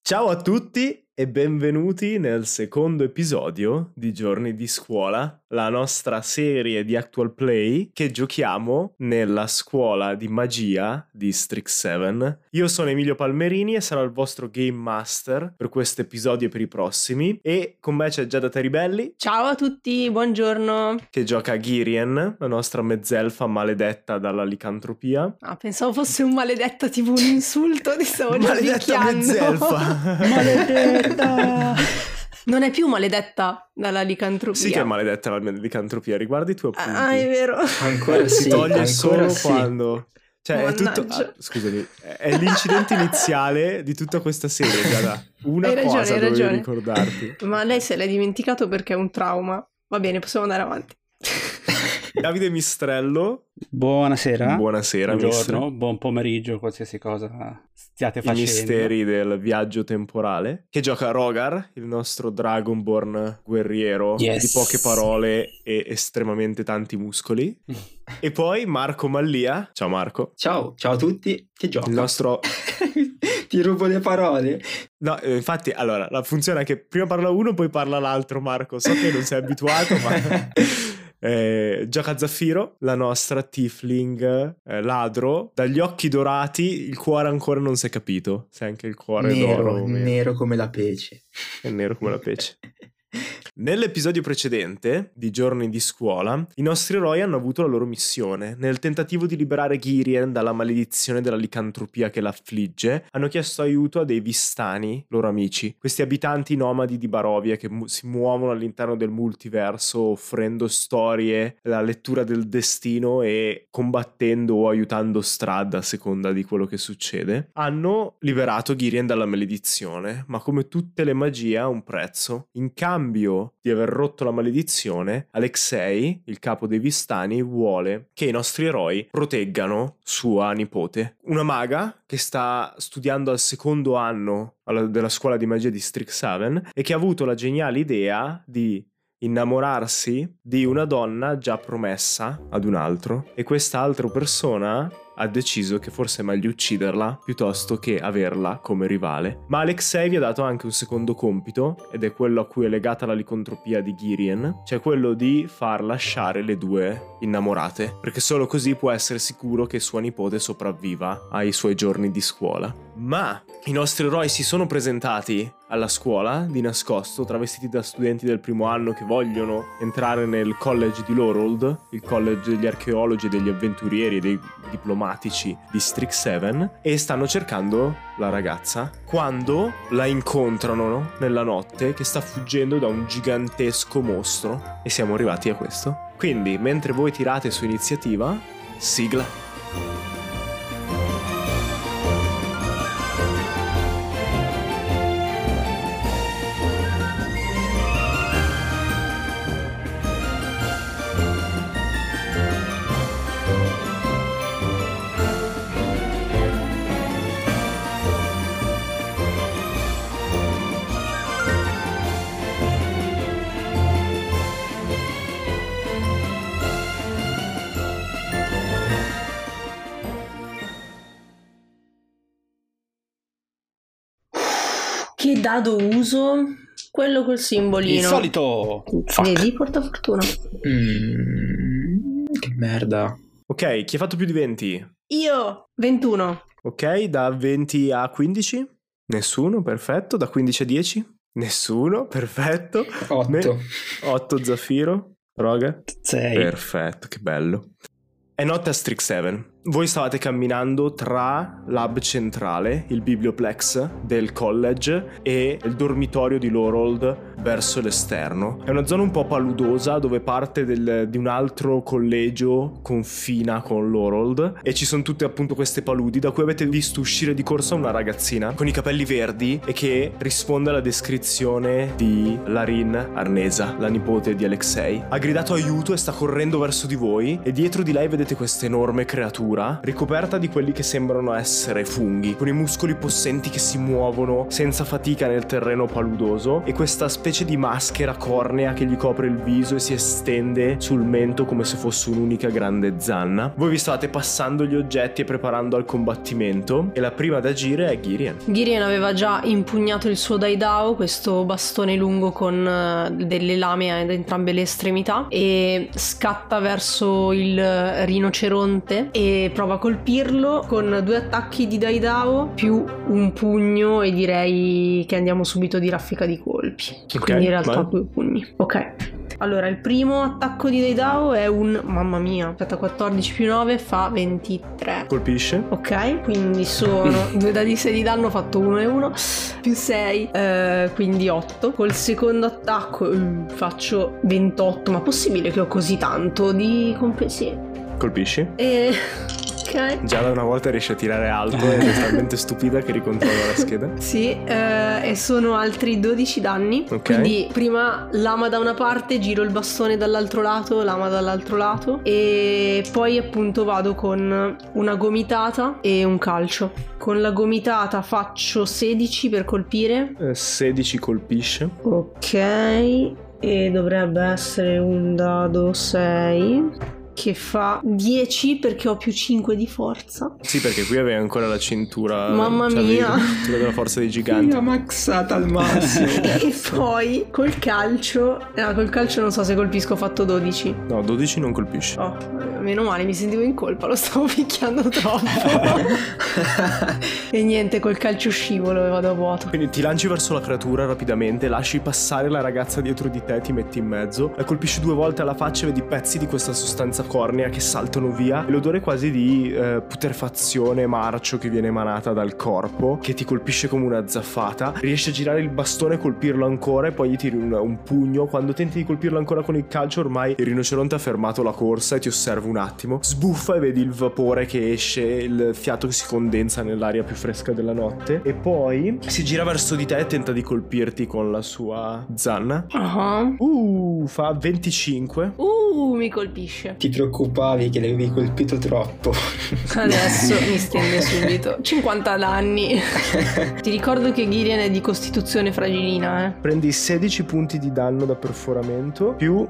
Ciao a tutti e benvenuti nel secondo episodio di Giorni di Scuola, la nostra serie di Actual Play che giochiamo nella scuola di magia di Strix7. Io sono Emilio Palmerini e sarò il vostro Game Master per questo episodio e per i prossimi, e con me c'è Giada Teribelli. Ciao a tutti, buongiorno. Che gioca a Girien, la nostra mezzelfa maledetta dalla licantropia. Ah, pensavo fosse un maledetto, tipo un insulto, ti stavo già Maledetta picchiando. mezzelfa! Maledetta! Non è più maledetta dalla licantropia. Sì che è maledetta la licantropia, riguarda i tuoi appunti. Ah, è vero. Ancora Si sì, toglie ancora solo sì. quando... Cioè è tutto... Mannaggia. scusami, è l'incidente iniziale di tutta questa serie, Giada. Una Hai ragione, cosa hai dovevi ragione. ricordarti. Ma lei se l'è dimenticato perché è un trauma. Va bene, possiamo andare avanti. Davide Mistrello. Buonasera. Buonasera, buongiorno, buon pomeriggio, qualsiasi cosa stiate I facendo. misteri del viaggio temporale. Che gioca Rogar, il nostro Dragonborn guerriero Yes. di poche parole e estremamente tanti muscoli. E poi Marco Mallia. Ciao Marco. Ciao a tutti, che gioco? Il nostro... Ti rubo le parole. No, infatti, allora, la funzione è che prima parla uno, poi parla l'altro, Marco. So che non sei abituato, ma... gioca Zaffiro, la nostra tiefling ladro, dagli occhi dorati, il cuore ancora non si è capito. Se anche il cuore è d'oro o meno. Nero come la pece. È nero come la pece. Nell'episodio precedente di Giorni di Scuola, i nostri eroi hanno avuto la loro missione. Nel tentativo di liberare Girien dalla maledizione della licantropia che l'affligge, hanno chiesto aiuto a dei Vistani, loro amici, questi abitanti nomadi di Barovia che si muovono all'interno del multiverso offrendo storie, la lettura del destino e combattendo o aiutando Strahd a seconda di quello che succede. Hanno liberato Girien dalla maledizione, ma come tutte le magie ha un prezzo. In cambio di aver rotto la maledizione, Alexei, il capo dei Vistani, vuole che i nostri eroi proteggano sua nipote, una maga che sta studiando al secondo anno della scuola di magia di Strixhaven e che ha avuto la geniale idea di innamorarsi di una donna già promessa ad un altro, e quest'altra persona ha deciso che forse è meglio ucciderla piuttosto che averla come rivale. Ma Alexei vi ha dato anche un secondo compito, ed è quello a cui è legata la licantropia di Girien, cioè quello di far lasciare le due innamorate, perché solo così può essere sicuro che sua nipote sopravviva ai suoi giorni di scuola. Ma i nostri eroi si sono presentati alla scuola di nascosto, travestiti da studenti del primo anno che vogliono entrare nel college di Lorold, il college degli archeologi e degli avventurieri e dei diplomatici di Strix7, e stanno cercando la ragazza quando la incontrano nella notte che sta fuggendo da un gigantesco mostro, e siamo arrivati a questo. Quindi mentre voi tirate su iniziativa, sigla. Che dado uso? Quello col simbolino. Il solito. Vedi, porta fortuna. Che merda. Ok, chi ha fatto più di 20? Io, 21. Ok, da 20 a 15? Nessuno, perfetto. Da 15 a 10? Nessuno, perfetto. 8. 8 Zaffiro. Roga? 6. Perfetto, che bello. È notte a Strix7. Voi stavate camminando tra l'hub centrale, il biblioplex del college, e il dormitorio di Lorold verso l'esterno. È una zona un po' paludosa dove parte di un altro collegio confina con Lorold, e ci sono tutte appunto queste paludi da cui avete visto uscire di corsa una ragazzina con i capelli verdi e che risponde alla descrizione di Larin Arnesa, la nipote di Alexei. Ha gridato aiuto e sta correndo verso di voi, e dietro di lei vedete questa enorme creatura ricoperta di quelli che sembrano essere funghi, con i muscoli possenti che si muovono senza fatica nel terreno paludoso, e questa specie specie di maschera cornea che gli copre il viso e si estende sul mento come se fosse un'unica grande zanna. Voi vi state passando gli oggetti e preparando al combattimento, e la prima ad agire è Girien. Girien aveva già impugnato il suo Daidao, questo bastone lungo con delle lame ad entrambe le estremità, e scatta verso il rinoceronte e prova a colpirlo con 2 attacchi di Daidao più un pugno, e direi che andiamo subito di raffica di colpi. Ok, Quindi in realtà vai. 2 pugni. Ok. Allora, il primo attacco di Daidao è un... Mamma mia, aspetta, 14 più 9 fa 23. Colpisce. Ok, quindi sono 2 dadi 6 di danno fatto 1 e 1 più 6, quindi 8. Col secondo attacco faccio 28. Ma possibile che ho così tanto di compensi? Colpisci. E... ok. Già da una volta riesce a tirare alto ed è talmente stupida che ricontrolla la scheda. Sì, e sono altri 12 danni. Ok. Quindi prima lama da una parte, giro il bastone dall'altro lato, lama dall'altro lato, e poi appunto vado con una gomitata e un calcio. Con la gomitata faccio 16 per colpire. 16 colpisce. Ok, e dovrebbe essere un dado 6 che fa 10 perché ho più 5 di forza. Sì, perché qui avevi ancora la cintura. Mamma avevi mia. la cintura della forza dei giganti. Una maxata al massimo. E poi col calcio non so se colpisco, ho fatto 12. No, 12 non colpisce. Oh, meno male, mi sentivo in colpa, lo stavo picchiando troppo. E niente, col calcio scivolo e vado a vuoto. Quindi ti lanci verso la creatura rapidamente, lasci passare la ragazza dietro di te, ti metti in mezzo, la colpisci 2 volte alla faccia e vedi pezzi di questa sostanza cornea che saltano via, e l'odore quasi di putrefazione, marcio che viene emanata dal corpo, che ti colpisce come una zaffata. Riesci a girare il bastone, colpirlo ancora, e poi gli tiri un pugno. Quando tenti di colpirlo ancora con il calcio, ormai il rinoceronte ha fermato la corsa e ti osserva un attimo, sbuffa e vedi il vapore che esce, il fiato che si condensa nell'aria più fresca della notte, e poi si gira verso di te e tenta di colpirti con la sua zanna. Fa 25. Mi colpisce. Ti preoccupavi che l'avevi colpito troppo. Adesso mi stende subito 50 danni. Ti ricordo che Girien è di costituzione fragilina, Prendi 16 punti di danno da perforamento più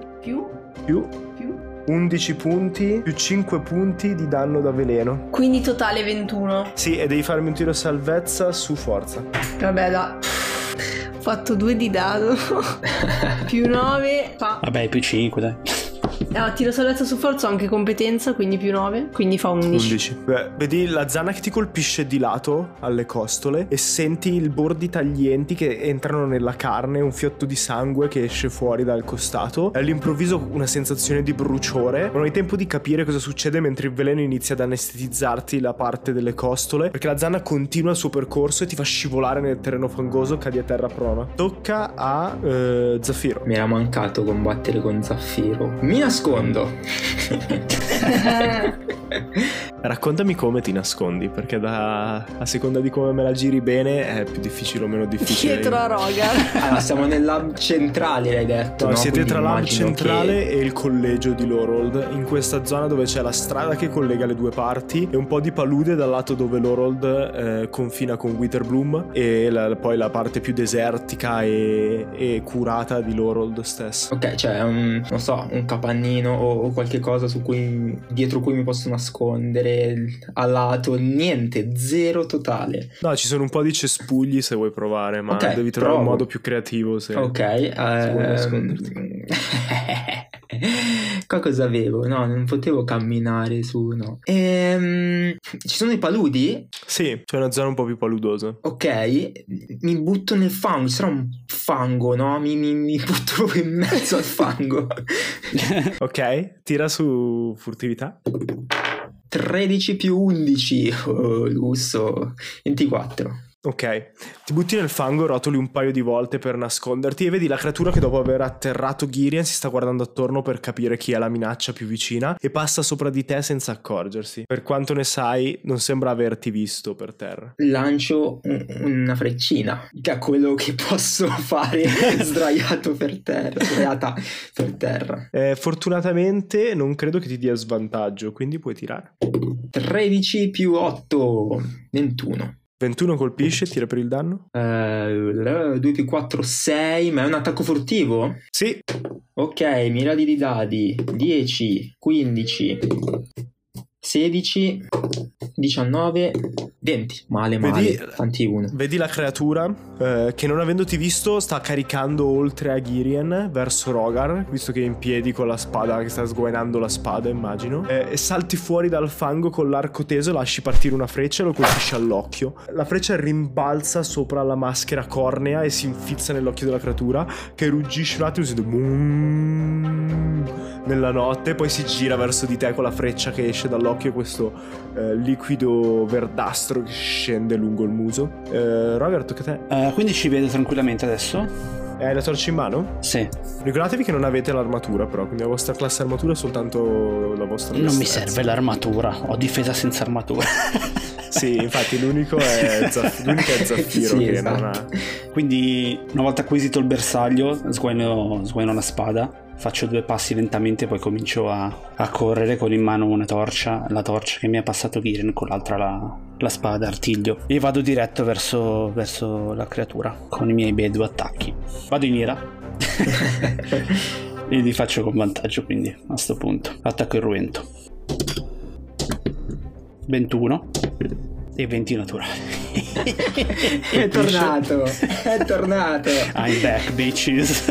11 punti più 5 punti di danno da veleno. quindi totale 21. Sì, e devi farmi un tiro salvezza su forza. Vabbè, ho fatto 2 di dado. Più 9 fa... Vabbè, più 5, dai. tiro salvezza su forza, ho anche competenza, quindi più 9, quindi fa 11. Beh, vedi la zanna che ti colpisce di lato alle costole e senti i bordi taglienti che entrano nella carne, un fiotto di sangue che esce fuori dal costato, e all'improvviso una sensazione di bruciore. Non hai tempo di capire cosa succede mentre il veleno inizia ad anestetizzarti la parte delle costole, perché la zanna continua il suo percorso e ti fa scivolare nel terreno fangoso, cadi a terra prona. Tocca a Zaffiro. Mi era mancato combattere con Zaffiro. Mi nascondo. Raccontami come ti nascondi, perché a seconda di come me la giri bene è più difficile o meno difficile. Dietro a Rogar. Allora, siamo nel lab centrale, l'hai detto, No, no? siete Quindi tra l'hub immagino centrale e il collegio di Lorold, in questa zona dove c'è la strada che collega le due parti e un po' di palude dal lato dove Lorold confina con Witherbloom, e poi la parte più desertica e curata di Lorold stesso. Ok, c'è non so, un capannino o qualche cosa dietro cui mi posso nascondere al lato. Niente, zero totale. No, ci sono un po' di cespugli se vuoi provare, ma Ok, devi trovare un provo. modo più creativo se Ok, vuoi nasconderti. qua cosa avevo? No, non potevo camminare su, no. Ci sono i paludi? Sì, c'è una zona un po' più paludosa. Ok, mi butto nel fango. Ci sarà un fango, no? Mi butto proprio in mezzo al fango. Ok, tira su furtività. 13 più 11. Oh, lusso. 24. Ok, ti butti nel fango, rotoli un paio di volte per nasconderti e vedi la creatura che dopo aver atterrato Girien si sta guardando attorno per capire chi è la minaccia più vicina e passa sopra di te senza accorgersi. Per quanto ne sai, non sembra averti visto per terra. Lancio una freccina, che è quello che posso fare sdraiata per terra. Fortunatamente non credo che ti dia svantaggio, quindi puoi tirare. 13 più 8, 21. 21 colpisce, tira per il danno. 2 più 4, 6, ma è un attacco furtivo? Sì. Ok, miradi di dadi. 10, 15, 16, 19, 20. Male, tanti 1. Vedi la creatura che, non avendoti visto, sta caricando oltre a Girien verso Rogar, visto che è in piedi con la spada, che sta sguainando la spada, immagino, e salti fuori dal fango con l'arco teso, lasci partire una freccia e lo colpisci all'occhio. La freccia rimbalza sopra la maschera cornea e si infizza nell'occhio della creatura, che ruggisce un attimo nella notte, poi si gira verso di te con la freccia che esce dall'occhio, questo liquido verdastro che scende lungo il muso. Rogar, tocca a te. Quindi ci vedo tranquillamente adesso? Hai la torcia in mano? Sì. Ricordatevi che non avete l'armatura, però, quindi la vostra classe armatura è soltanto la vostra Non mi destrezza. serve l'armatura, ho difesa senza armatura. Sì, infatti l'unico è Zaffiro, Sì, che esatto. non ha... Quindi una volta acquisito il bersaglio sguaino la spada, faccio 2 passi lentamente, poi comincio a correre con in mano una torcia, la torcia che mi ha passato Girien, con l'altra la spada d'artiglio, e vado diretto verso la creatura con i miei bei 2 attacchi. Vado in ira e li faccio con vantaggio, quindi a sto punto attacco irruento. 21 e 20 naturali. È tornato. I'm back, bitches.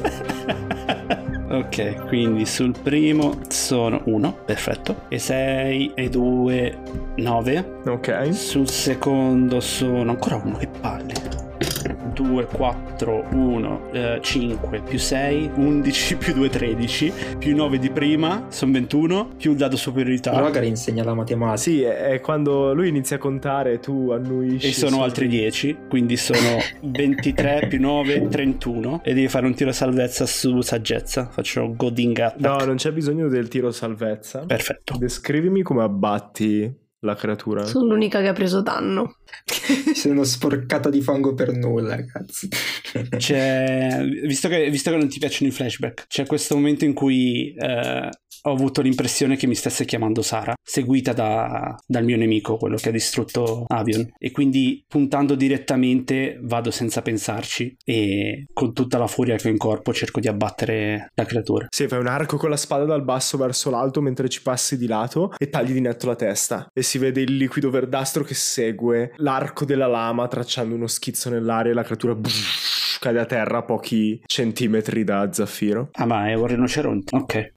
Ok, quindi sul primo sono 1, perfetto, e 6 e 2, 9. Ok. Sul secondo sono ancora 1, che palle. 2, 4, 1, 5 più 6, 11 più 2, 13, più 9 di prima, sono 21, più il dado superiorità. Rogar insegna la matematica. Sì, è quando lui inizia a contare e tu annuisci. E sono altri 10, quindi sono 23 più 9, 31. E devi fare un tiro salvezza su saggezza. Faccio Goding Attack. No, non c'è bisogno del tiro salvezza. Perfetto. Descrivimi come abbatti la creatura. Sono l'unica che ha preso danno. Sono sporcata di fango per nulla, cazzo. C'è, visto che non ti piacciono i flashback, c'è questo momento in cui ho avuto l'impressione che mi stesse chiamando Sara, seguita dal mio nemico, quello che ha distrutto Avion, e quindi puntando direttamente vado senza pensarci e con tutta la furia che ho in corpo cerco di abbattere la creatura. Sì, fai un arco con la spada dal basso verso l'alto mentre ci passi di lato e tagli di netto la testa, e si vede il liquido verdastro che segue l'arco della lama tracciando uno schizzo nell'aria, e la creatura cade a terra a pochi centimetri da Zaffiro. Ah, ma è un rinoceronte, ok.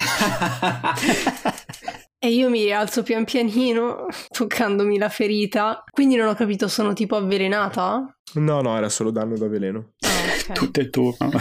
E io mi rialzo pian pianino, toccandomi la ferita. Quindi non ho capito, sono tipo avvelenata? No, era solo danno da veleno. Ah, ok. Tutto il turno.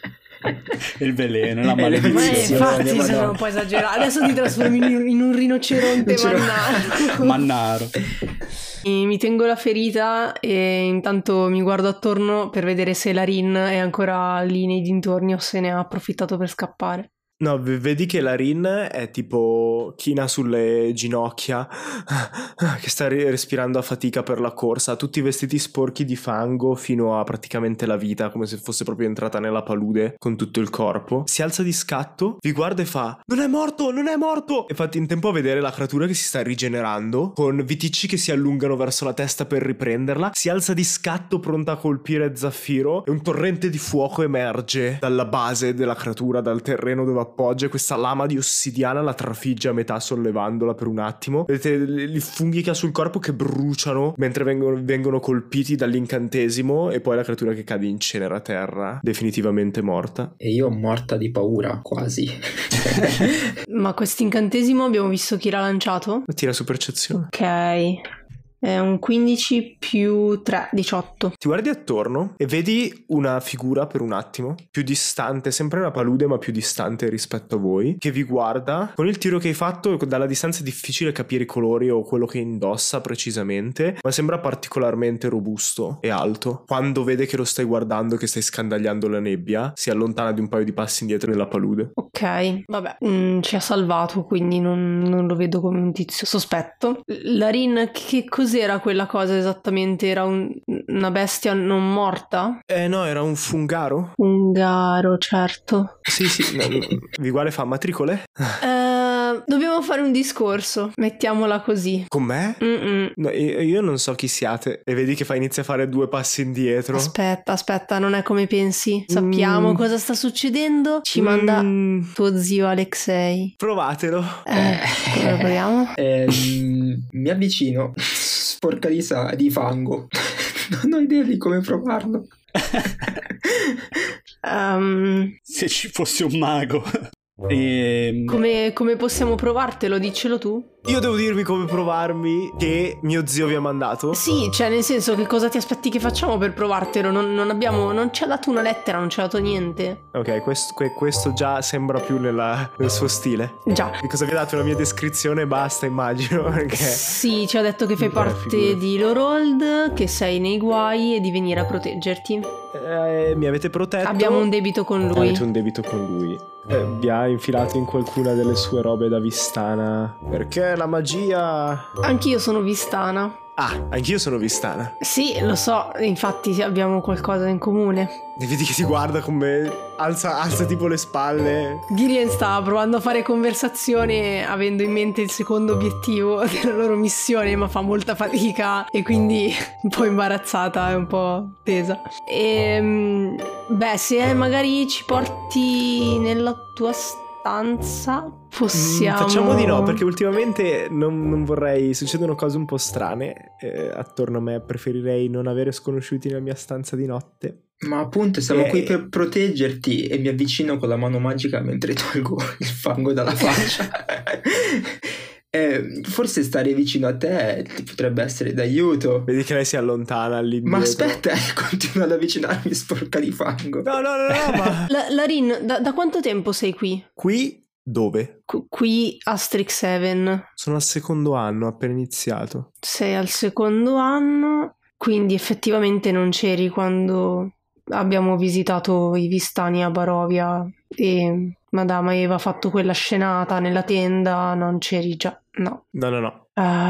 Il veleno, la Ma maledizione. infatti sono un po' esagerato. Adesso ti trasformi in un rinoceronte mannaro. Mannaro. Mi tengo la ferita e intanto mi guardo attorno per vedere se la Rin è ancora lì nei dintorni o se ne ha approfittato per scappare. No, vedi che la Rin è tipo china sulle ginocchia, che sta respirando a fatica per la corsa, ha tutti i vestiti sporchi di fango fino a praticamente la vita, come se fosse proprio entrata nella palude con tutto il corpo. Si alza di scatto, vi guarda e fa: non è morto, non è morto! E fate in tempo a vedere la creatura che si sta rigenerando, con viticci che si allungano verso la testa per riprenderla. Si alza di scatto pronta a colpire Zaffiro, e un torrente di fuoco emerge dalla base della creatura, dal terreno dove appoggia. Questa lama di ossidiana la trafigge a metà sollevandola per un attimo. Vedete i funghi che ha sul corpo che bruciano mentre vengono colpiti dall'incantesimo, e poi la creatura che cade in cenere a terra, definitivamente morta. E io morta di paura, quasi. Ma quest'incantesimo abbiamo visto chi l'ha lanciato? Tira su percezione. Ok. È un 15 più 3, 18. Ti guardi attorno e vedi una figura per un attimo, più distante, sempre una palude ma più distante rispetto a voi, che vi guarda. Con il tiro che hai fatto dalla distanza è difficile capire i colori o quello che indossa precisamente, ma sembra particolarmente robusto e alto. Quando vede che lo stai guardando, che stai scandagliando la nebbia, si allontana di un paio di passi indietro nella palude. Ok, vabbè, ci ha salvato, quindi non lo vedo come un tizio sospetto. La Rin, che cos'era quella cosa esattamente? Era una bestia non morta? No, era un fungaro. Fungaro, certo. Sì, vi guarda e fa: matricole? Dobbiamo fare un discorso, mettiamola così. Con me? No, io non so chi siate. E vedi che inizia a fare 2 passi indietro. Aspetta, non è come pensi. Sappiamo cosa sta succedendo. Ci manda tuo zio Alexei. Provatelo. Come lo proviamo? Mi avvicino, sporca di fango. Non ho idea di come provarlo. Se ci fosse un mago. Come possiamo provartelo? Diccelo tu. Io devo dirvi come provarmi che mio zio vi ha mandato? Sì, cioè nel senso, che cosa ti aspetti che facciamo per provartelo? Non ci ha dato una lettera, non ci ha dato niente. Ok, questo già sembra più nel suo stile. Già. Di cosa vi ha dato la mia descrizione e basta, immagino. Perché... Sì, ci ha detto che fai parte di Lorold, che sei nei guai e di venire a proteggerti. Mi avete protetto. Abbiamo un debito con lui. Avete un debito con lui. Vi ha infilato in qualcuna delle sue robe da Vistana. Perché la magia... Anch'io sono Vistana. Ah, anch'io sono Vistana. Sì, lo so, infatti abbiamo qualcosa in comune. E vedi che ti guarda come alza tipo le spalle. Girien sta provando a fare conversazione avendo in mente il secondo obiettivo della loro missione, ma fa molta fatica e quindi un po' imbarazzata, è un po' tesa. Beh, se magari ci porti nella tua stanza, possiamo... Facciamo di no, perché ultimamente non vorrei... Succedono cose un po' strane attorno a me. Preferirei non avere sconosciuti nella mia stanza di notte. Ma appunto siamo qui per proteggerti e mi avvicino con la mano magica mentre tolgo il fango dalla faccia. Forse stare vicino a te ti potrebbe essere d'aiuto. Vedi che lei si allontana all'indietro. Ma aspetta, continua ad avvicinarmi sporca di fango. No, ma... Larin, da quanto tempo sei qui? Qui? Dove? Qui a Strixhaven. Sono al 2º anno, appena iniziato. Sei al 2º anno, quindi effettivamente non c'eri quando abbiamo visitato i Vistani a Barovia e Madama aveva fatto quella scenata nella tenda, non c'eri già, no. No.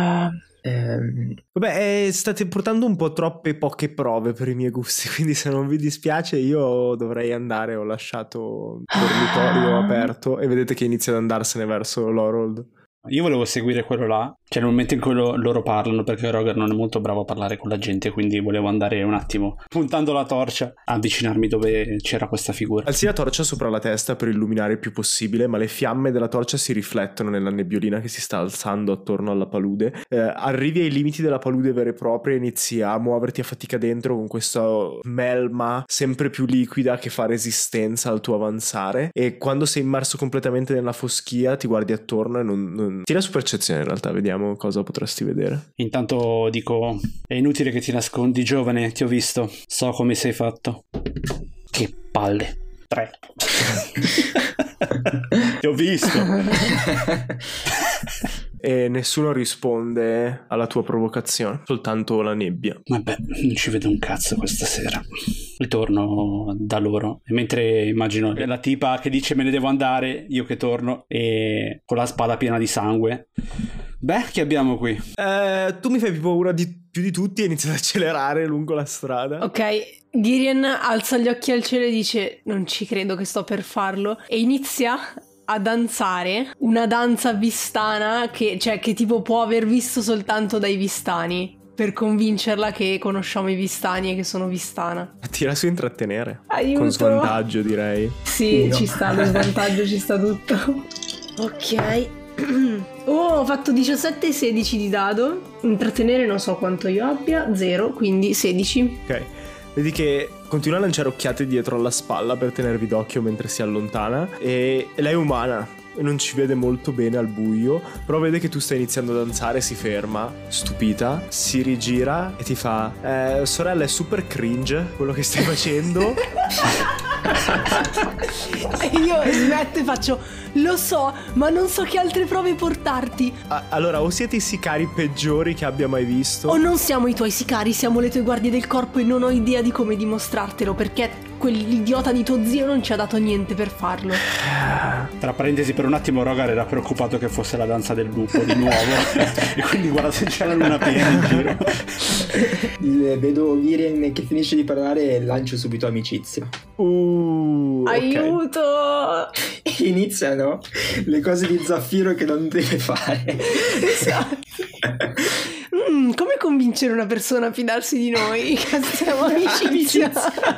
Vabbè, state portando un po' troppe poche prove per i miei gusti, quindi se non vi dispiace io dovrei andare. Ho lasciato il dormitorio aperto e vedete che inizia ad andarsene verso Lorold. Io volevo seguire quello là, cioè nel momento in cui loro parlano, perché Roger non è molto bravo a parlare con la gente, quindi volevo andare un attimo puntando la torcia a avvicinarmi dove c'era questa figura. Alzi la torcia sopra la testa per illuminare il più possibile, ma le fiamme della torcia si riflettono nella nebbiolina che si sta alzando attorno alla palude. Arrivi ai limiti della palude vera e propria e inizi a muoverti a fatica dentro con questa melma sempre più liquida che fa resistenza al tuo avanzare, e quando sei immerso completamente nella foschia ti guardi attorno e non... Tira su percezione, in realtà, vediamo cosa potresti vedere. Intanto dico: è inutile che ti nascondi, giovane, ti ho visto, so come sei fatto. Che palle. 3. Ti ho visto. E nessuno risponde alla tua provocazione, soltanto la nebbia. Vabbè, non ci vedo un cazzo questa sera. Ritorno da loro e mentre immagino la tipa che dice me ne devo andare, io che torno e con la spada piena di sangue. Beh, che abbiamo qui? Tu mi fai più paura più di tutti e inizi ad accelerare lungo la strada. Ok, Girien alza gli occhi al cielo e dice: non ci credo che sto per farlo, e inizia a danzare una danza vistana che tipo può aver visto soltanto dai vistani, per convincerla che conosciamo i vistani e che sono vistana. Tira su intrattenere. Aiuto. Con svantaggio, direi. Sì, No. ci sta, lo svantaggio ci sta tutto. Ok. Ho fatto 17 e 16 di dado. Intrattenere non so quanto io abbia, 0, quindi 16. Ok. Vedi che continua a lanciare occhiate dietro alla spalla per tenervi d'occhio mentre si allontana, e lei è umana e non ci vede molto bene al buio, però vede che tu stai iniziando a danzare, si ferma, stupita, si rigira e ti fa: sorella, è super cringe quello che stai facendo. E io smetto e faccio: lo so, ma non so che altre prove portarti. Allora, o siete i sicari peggiori che abbia mai visto, O non siamo i tuoi sicari, siamo le tue guardie del corpo e non ho idea di come dimostrartelo, perché quell'idiota di tuo zio non ci ha dato niente per farlo. Tra parentesi, per un attimo Rogar era preoccupato che fosse la danza del lupo di nuovo e quindi guarda se c'è la luna piena in giro. Vedo Girien che finisce di parlare e lancio subito amicizia. ok. Aiuto! iniziano le cose di Zaffiro che non deve fare. Esatto. Come convincere una persona a fidarsi di noi? Siamo amicizia.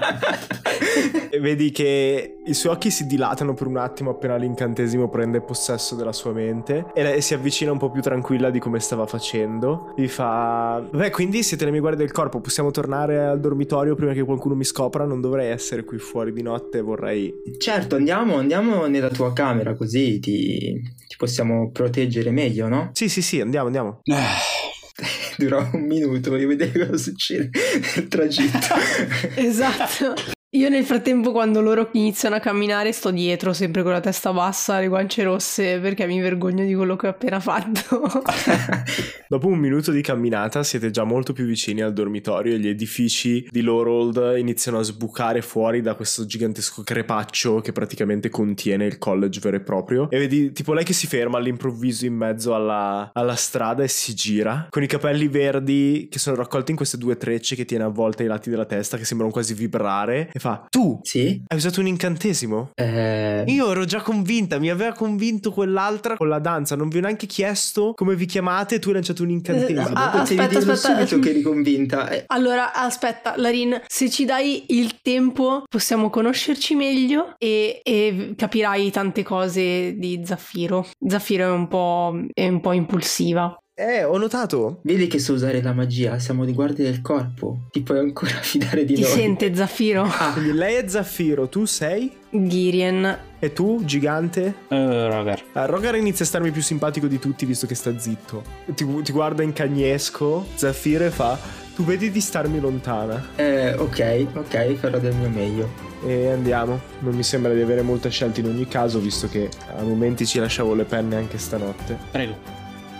E vedi che i suoi occhi si dilatano per un attimo appena l'incantesimo prende possesso della sua mente e lei si avvicina un po' più tranquilla di come stava facendo. Gli fa: beh, quindi siete le mie guardie del corpo, possiamo tornare al dormitorio prima che qualcuno mi scopra? Non dovrei essere qui fuori di notte, vorrei... Certo, andiamo nella tua camera, così ti possiamo proteggere meglio, no? Sì, andiamo. Dura un minuto, voglio vedere cosa succede nel tragitto. Esatto. Io nel frattempo, quando loro iniziano a camminare, sto dietro sempre con la testa bassa, le guance rosse, perché mi vergogno di quello che ho appena fatto. Dopo un minuto di camminata siete già molto più vicini al dormitorio e gli edifici di Laurel iniziano a sbucare fuori da questo gigantesco crepaccio che praticamente contiene il college vero e proprio. E vedi tipo lei che si ferma all'improvviso in mezzo alla strada e si gira con i capelli verdi che sono raccolti in queste due trecce che tiene avvolte ai lati della testa, che sembrano quasi vibrare, e fa: tu Sì? hai usato un incantesimo? Io ero già convinta, mi aveva convinto quell'altra con la danza, non vi ho neanche chiesto come vi chiamate e tu hai lanciato un incantesimo. Potevi dirlo subito che eri convinta. Allora, aspetta, Larin, se ci dai il tempo possiamo conoscerci meglio e capirai tante cose di Zaffiro. Zaffiro è un po' impulsiva. Ho notato. Vedi che so usare la magia, siamo di guardie del corpo. Ti puoi ancora fidare di Ti noi? sente, Zaffiro? Quindi lei è Zaffiro, tu sei? Girien. E tu, gigante? Rogar. Rogar inizia a starmi più simpatico di tutti visto che sta zitto. Ti guarda in cagnesco, Zaffiro, e fa: tu vedi di starmi lontana. Ok, farò del mio meglio. E andiamo. Non mi sembra di avere molte scelte in ogni caso, visto che a momenti ci lasciavo le penne anche stanotte. Prego.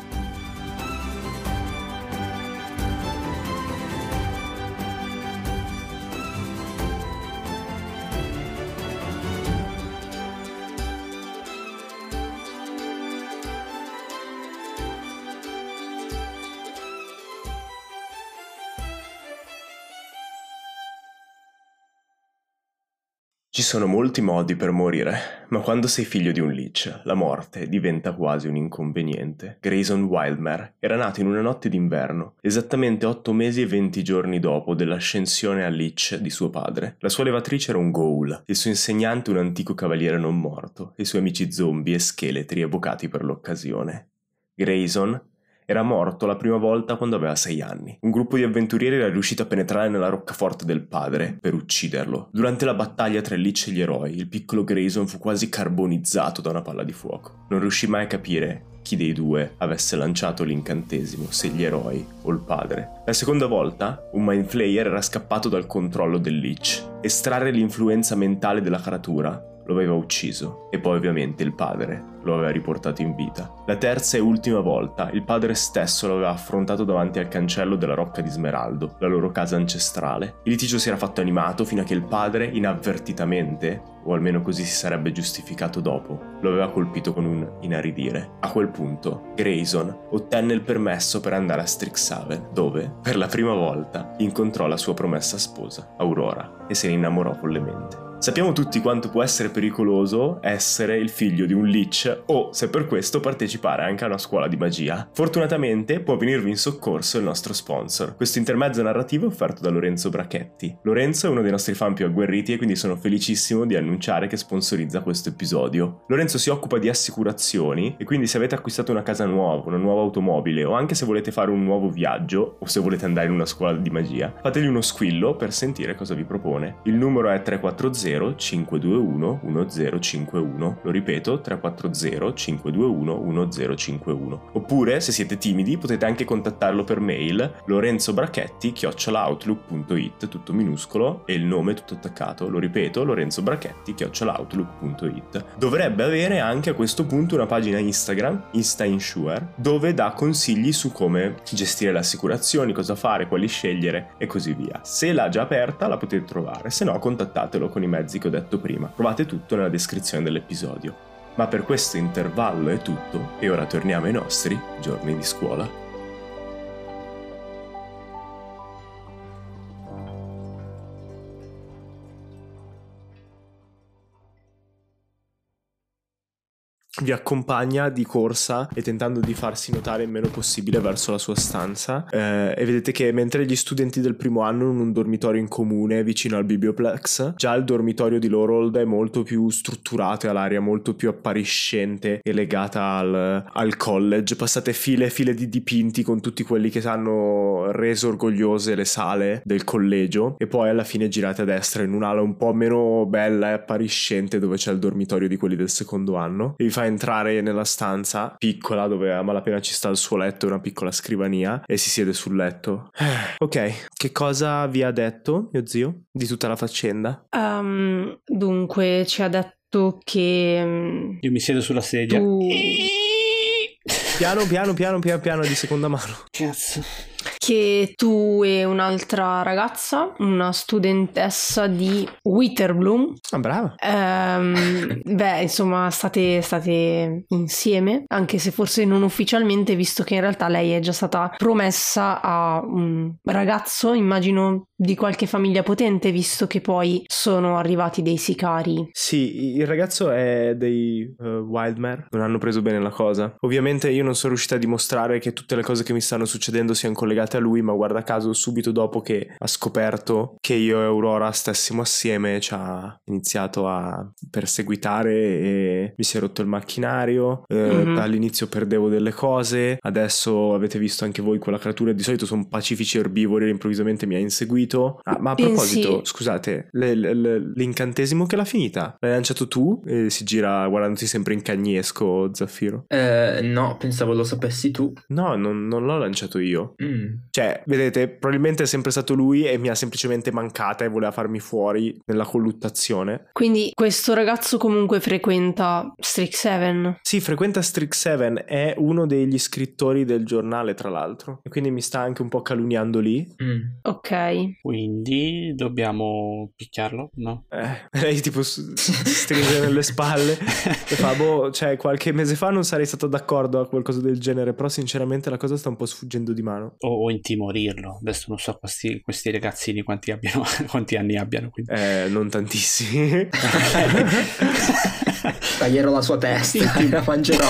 Ci sono molti modi per morire, ma quando sei figlio di un Lich, la morte diventa quasi un inconveniente. Grayson Wildmare era nato in una notte d'inverno, esattamente 8 mesi e 20 giorni dopo dell'ascensione a Lich di suo padre. La sua levatrice era un ghoul, il suo insegnante un antico cavaliere non morto, e i suoi amici zombie e scheletri evocati per l'occasione. Grayson era morto la prima volta quando aveva 6 anni. Un gruppo di avventurieri era riuscito a penetrare nella roccaforte del padre per ucciderlo. Durante la battaglia tra Lich e gli eroi, il piccolo Grayson fu quasi carbonizzato da una palla di fuoco. Non riuscì mai a capire chi dei due avesse lanciato l'incantesimo, se gli eroi o il padre. La seconda volta, un Mind Flayer era scappato dal controllo del Lich. Estrarre l'influenza mentale della creatura lo aveva ucciso, e poi ovviamente il padre lo aveva riportato in vita. La terza e ultima volta, il padre stesso lo aveva affrontato davanti al cancello della Rocca di Smeraldo, la loro casa ancestrale. Il litigio si era fatto animato fino a che il padre, inavvertitamente, o almeno così si sarebbe giustificato dopo, lo aveva colpito con un inaridire. A quel punto, Grayson ottenne il permesso per andare a Strixhaven, dove, per la prima volta, incontrò la sua promessa sposa, Aurora, e se ne innamorò follemente. Sappiamo tutti quanto può essere pericoloso essere il figlio di un Lich o, se per questo, partecipare anche a una scuola di magia. Fortunatamente può venirvi in soccorso il nostro sponsor. Questo intermezzo narrativo è offerto da Lorenzo Brachetti. Lorenzo è uno dei nostri fan più agguerriti e quindi sono felicissimo di annunciare che sponsorizza questo episodio. Lorenzo si occupa di assicurazioni e quindi se avete acquistato una casa nuova, una nuova automobile o anche se volete fare un nuovo viaggio o se volete andare in una scuola di magia, fategli uno squillo per sentire cosa vi propone. Il numero è 340 521 1051. Lo ripeto, 340 521 1051. Oppure, se siete timidi, potete anche contattarlo per mail lorenzobrachetti@outlook.it, tutto minuscolo, e il nome tutto attaccato. Lo ripeto, lorenzobrachetti@outlook.it. Dovrebbe avere anche a questo punto una pagina Instagram, InstaInsure, dove dà consigli su come gestire le assicurazioni, cosa fare, quali scegliere e così via. Se l'ha già aperta la potete trovare, se no contattatelo con i mezzi che ho detto prima. Trovate tutto nella descrizione dell'episodio. Ma per questo intervallo è tutto e ora torniamo ai nostri giorni di scuola. vi accompagna di corsa e tentando di farsi notare il meno possibile verso la sua stanza, e vedete che mentre gli studenti del primo anno in un dormitorio in comune vicino al biblioplex, già il dormitorio di Lorold è molto più strutturato e ha l'aria molto più appariscente e legata al college. Passate file e file di dipinti con tutti quelli che hanno reso orgogliose le sale del collegio, e poi alla fine girate a destra in un'ala un po' meno bella e appariscente dove c'è il dormitorio di quelli del secondo anno, e vi fa entrare nella stanza piccola dove a malapena ci sta il suo letto e una piccola scrivania, e si siede sul letto. Ok, che cosa vi ha detto mio zio di tutta la faccenda? Dunque ci ha detto che Io mi siedo sulla sedia. Piano di seconda mano. Cazzo. che tu e un'altra ragazza, una studentessa di Witherbloom, brava. Beh, insomma, state insieme, anche se forse non ufficialmente, visto che in realtà lei è già stata promessa a un ragazzo, immagino di qualche famiglia potente, visto che poi sono arrivati dei sicari. Sì, il ragazzo è dei Wildmare, non hanno preso bene la cosa. Ovviamente io non sono riuscita a dimostrare che tutte le cose che mi stanno succedendo siano collegate a lui, ma guarda caso subito dopo che ha scoperto che io e Aurora stessimo assieme ci ha iniziato a perseguitare e mi si è rotto il macchinario. All'inizio perdevo delle cose, adesso avete visto anche voi quella creatura, di solito sono pacifici erbivori, improvvisamente mi ha inseguito. Ma a proposito, scusate, l'incantesimo che l'ha finita l'hai lanciato tu? E si gira guardandoti sempre in cagnesco, Zaffiro. No, pensavo lo sapessi tu. No, non l'ho lanciato io. Cioè, vedete, probabilmente è sempre stato lui e mi ha semplicemente mancata e voleva farmi fuori nella colluttazione. Quindi questo ragazzo comunque frequenta Strixhaven? Sì, frequenta Strixhaven, è uno degli scrittori del giornale, tra l'altro, e quindi mi sta anche un po' calunniando lì. Ok. Quindi dobbiamo picchiarlo? No? Lei tipo stringe nelle spalle e fa, cioè qualche mese fa non sarei stato d'accordo a qualcosa del genere, però sinceramente la cosa sta un po' sfuggendo di mano. O intimorirlo. Adesso non so questi ragazzini quanti anni abbiano. Quindi. Non tantissimi. Taglierò la sua testa e la mangerò.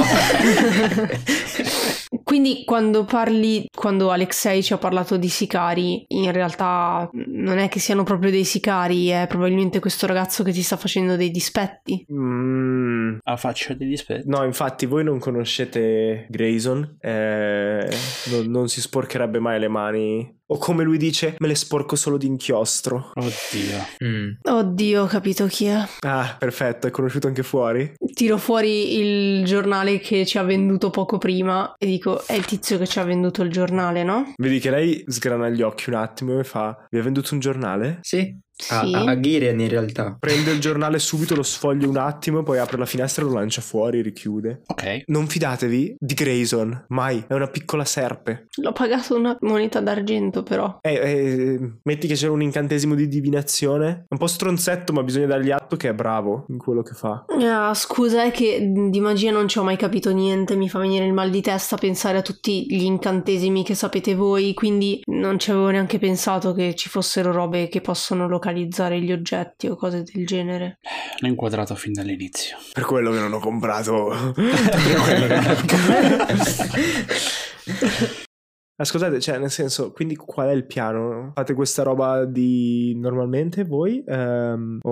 Quindi quando Alexei ci ha parlato di sicari, in realtà non è che siano proprio dei sicari, è probabilmente questo ragazzo che ti sta facendo dei dispetti. Faccio dei dispetti? No, infatti voi non conoscete Grayson, non si sporcherebbe mai le mani. O come lui dice, me le sporco solo di inchiostro. Oddio, ho capito chi è. Ah, perfetto, è conosciuto anche fuori? Tiro fuori il giornale che ci ha venduto poco prima e dico, è il tizio che ci ha venduto il giornale, no? Vedi che lei sgrana gli occhi un attimo e fa, vi ha venduto un giornale? Sì. Sì. A Girian in realtà. Prende il giornale subito, lo sfoglia un attimo, poi apre la finestra, lo lancia fuori, richiude. Ok. Non fidatevi di Grayson, mai, è una piccola serpe. L'ho pagato una moneta d'argento però. Metti che c'era un incantesimo di divinazione, un po' stronzetto, ma bisogna dargli atto che è bravo in quello che fa. Scusa, è che di magia non ci ho mai capito niente, mi fa venire il mal di testa pensare a tutti gli incantesimi che sapete voi, quindi non ci avevo neanche pensato che ci fossero robe che possono localizzare gli oggetti o cose del genere. L'ho inquadrato fin dall'inizio. Per quello che non ho comprato. Ascoltate, cioè nel senso, quindi qual è il piano? Fate questa roba di normalmente voi? A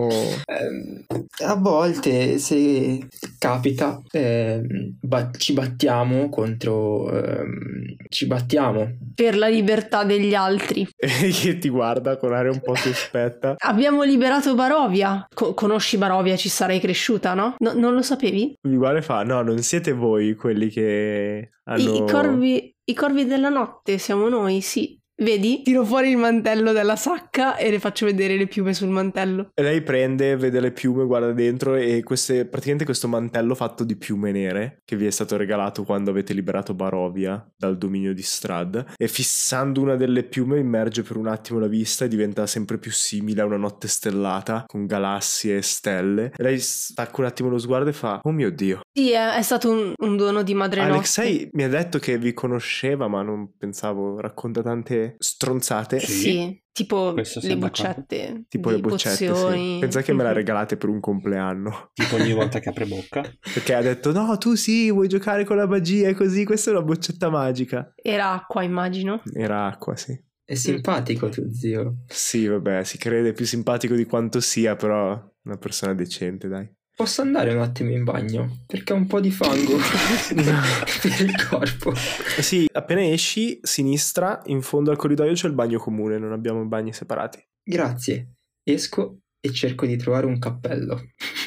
volte, se capita, ci battiamo contro... ci battiamo. Per la libertà degli altri. E che ti guarda con aria un po' sospetta. Abbiamo liberato Barovia. Conosci Barovia? Ci sarei cresciuta, no? Non lo sapevi? Uguale fa, no, non siete voi quelli che hanno... I corvi della notte siamo noi, sì. Vedi? Tiro fuori il mantello dalla sacca e le faccio vedere le piume sul mantello. E lei prende, vede le piume, guarda dentro e praticamente questo mantello fatto di piume nere che vi è stato regalato quando avete liberato Barovia dal dominio di Strahd, e fissando una delle piume immerge per un attimo la vista e diventa sempre più simile a una notte stellata con galassie e stelle. E lei stacca un attimo lo sguardo e fa, oh mio Dio. Sì, è stato un dono di madre notte. Alexei mi ha detto che vi conosceva, ma non pensavo, racconta tante stronzate. Sì. Tipo Questo le sembra boccette. Tipo di le boccette, pozioni. sì. Pensa che me la regalate per un compleanno. Tipo ogni volta che apre bocca. Perché ha detto, no, tu sì, vuoi giocare con la magia e così, questa è una boccetta magica. Era acqua, immagino. Era acqua, sì. È simpatico tuo zio. Sì, vabbè, si crede più simpatico di quanto sia, però una persona decente, dai. Posso andare un attimo in bagno? Perché ho un po' di fango per il corpo. Sì, appena esci, sinistra, in fondo al corridoio c'è il bagno comune, non abbiamo bagni separati. Grazie. Esco e cerco di trovare un cappello.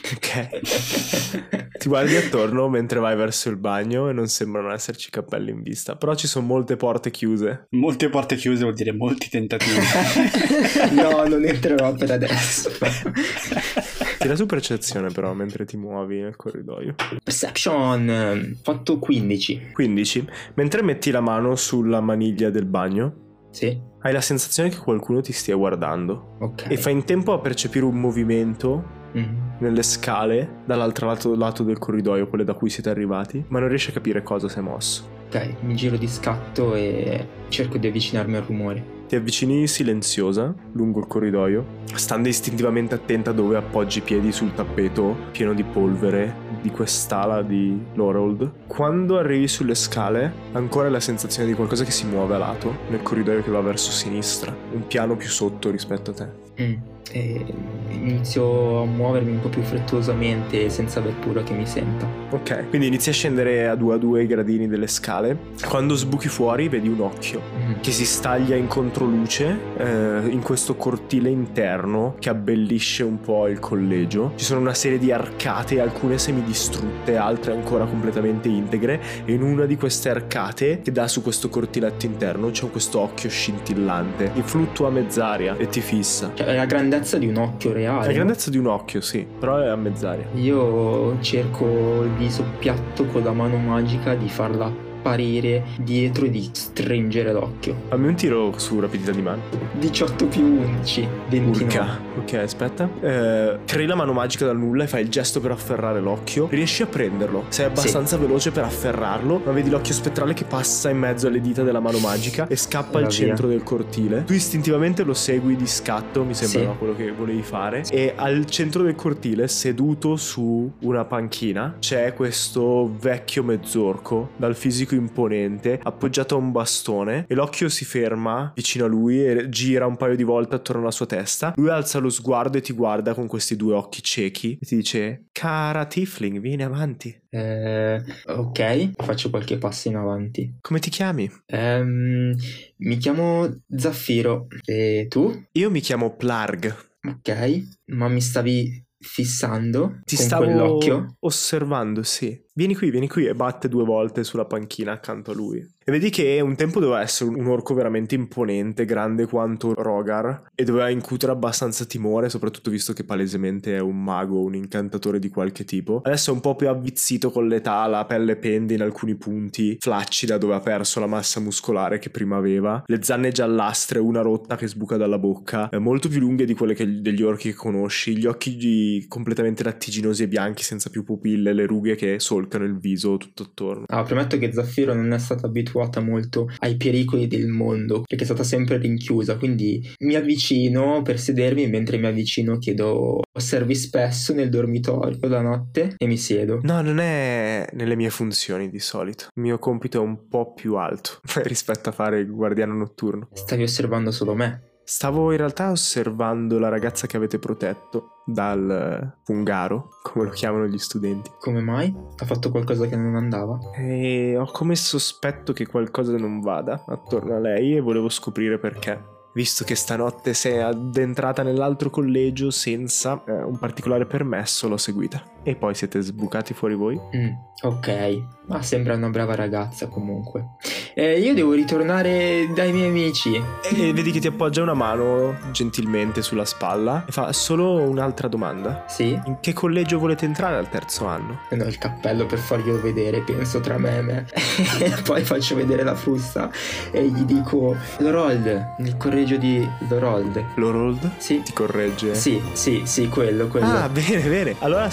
Ok. Ti guardi attorno mentre vai verso il bagno e non sembrano esserci cappelli in vista, però ci sono molte porte chiuse. Molte porte chiuse vuol dire molti tentativi. No, non entrerò per adesso. Tira su percezione però mentre ti muovi nel corridoio. Perception, fatto 15. 15. Mentre metti la mano sulla maniglia del bagno, Sì, hai la sensazione che qualcuno ti stia guardando ok. e fai in tempo a percepire un movimento nelle scale dall'altro lato del corridoio, quelle da cui siete arrivati, ma non riesci a capire cosa si è mosso. Ok, mi giro di scatto e cerco di avvicinarmi al rumore. Ti avvicini silenziosa lungo il corridoio, stando istintivamente attenta dove appoggi i piedi sul tappeto pieno di polvere di quest'ala di Lorold. Quando arrivi sulle scale, ancora hai la sensazione di qualcosa che si muove a lato, nel corridoio che va verso sinistra, un piano più sotto rispetto a te. E inizio a muovermi un po' più frettolosamente senza aver paura che mi senta. Ok, quindi inizi a scendere a due i gradini delle scale. Quando sbuchi fuori vedi un occhio che si staglia in controluce in questo cortile interno che abbellisce un po' il collegio. Ci sono una serie di arcate, alcune semidistrutte, altre ancora completamente integre, e in una di queste arcate che dà su questo cortiletto interno c'è questo occhio scintillante che fluttua a mezz'aria e ti fissa. Cioè, è la grandezza di un occhio reale. La grandezza di un occhio, sì, però è a mezz'aria. Io cerco di soppiatto con la mano magica di farla apparire dietro e di stringere l'occhio. Fammi un tiro su rapidità di mano. 18 più 11, 29. Urca. Ok, aspetta. Crei la mano magica dal nulla e fai il gesto per afferrare l'occhio. Riesci a prenderlo. Sei abbastanza veloce per afferrarlo, ma vedi l'occhio spettrale che passa in mezzo alle dita della mano magica e scappa al centro del cortile. Tu istintivamente lo segui di scatto, mi sembra quello che volevi fare. E al centro del cortile, seduto su una panchina, c'è questo vecchio mezzorco dal fisico imponente, appoggiato a un bastone, e l'occhio si ferma vicino a lui e gira un paio di volte attorno alla sua testa. Lui alza lo sguardo e ti guarda con questi due occhi ciechi e ti dice: cara Tiefling, vieni avanti. Ok, faccio qualche passo in avanti. Come ti chiami? Mi chiamo Zaffiro. E tu? Io mi chiamo Plarg. Ok, ma mi stavi fissando Ti con stavo quell'occhio? osservando, sì. Vieni qui, e batte 2 volte sulla panchina accanto a lui. E vedi che un tempo doveva essere un orco veramente imponente, grande quanto Rogar, e doveva incutere abbastanza timore, soprattutto visto che palesemente è un mago, un incantatore di qualche tipo. Adesso è un po' più avvizzito con l'età, la pelle pende in alcuni punti, flaccida dove ha perso la massa muscolare che prima aveva, le zanne giallastre, una rotta che sbuca dalla bocca, molto più lunghe di quelle degli orchi che conosci, gli occhi completamente lattiginosi e bianchi senza più pupille, le rughe che solcano il viso tutto attorno. Premetto che Zaffiro non è stata abituata molto ai pericoli del mondo, perché è stata sempre rinchiusa, quindi mi avvicino per sedermi, mentre mi avvicino chiedo: osservi spesso nel dormitorio la notte? E mi siedo. No, non è nelle mie funzioni di solito. Il mio compito è un po' più alto rispetto a fare il guardiano notturno. Stavi osservando solo me? Stavo in realtà osservando la ragazza che avete protetto dal fungaro, come lo chiamano gli studenti. Come mai? Ha fatto qualcosa che non andava? E ho come sospetto che qualcosa non vada attorno a lei e volevo scoprire perché. Visto che stanotte sei addentrata nell'altro collegio senza un particolare permesso, l'ho seguita. E poi siete sbucati fuori voi? Ok, ma sembra una brava ragazza comunque. Io devo ritornare dai miei amici. E vedi che ti appoggia una mano gentilmente sulla spalla e fa: solo un'altra domanda. Sì? In che collegio volete entrare al 3° anno? Non ho il cappello per farglielo vedere, penso tra me e me. Poi faccio vedere la frusta e gli dico: Lorold, nel collegio di Lorold. Lorold? Sì. Ti corregge? Sì, quello. Ah, bene. Allora sarai di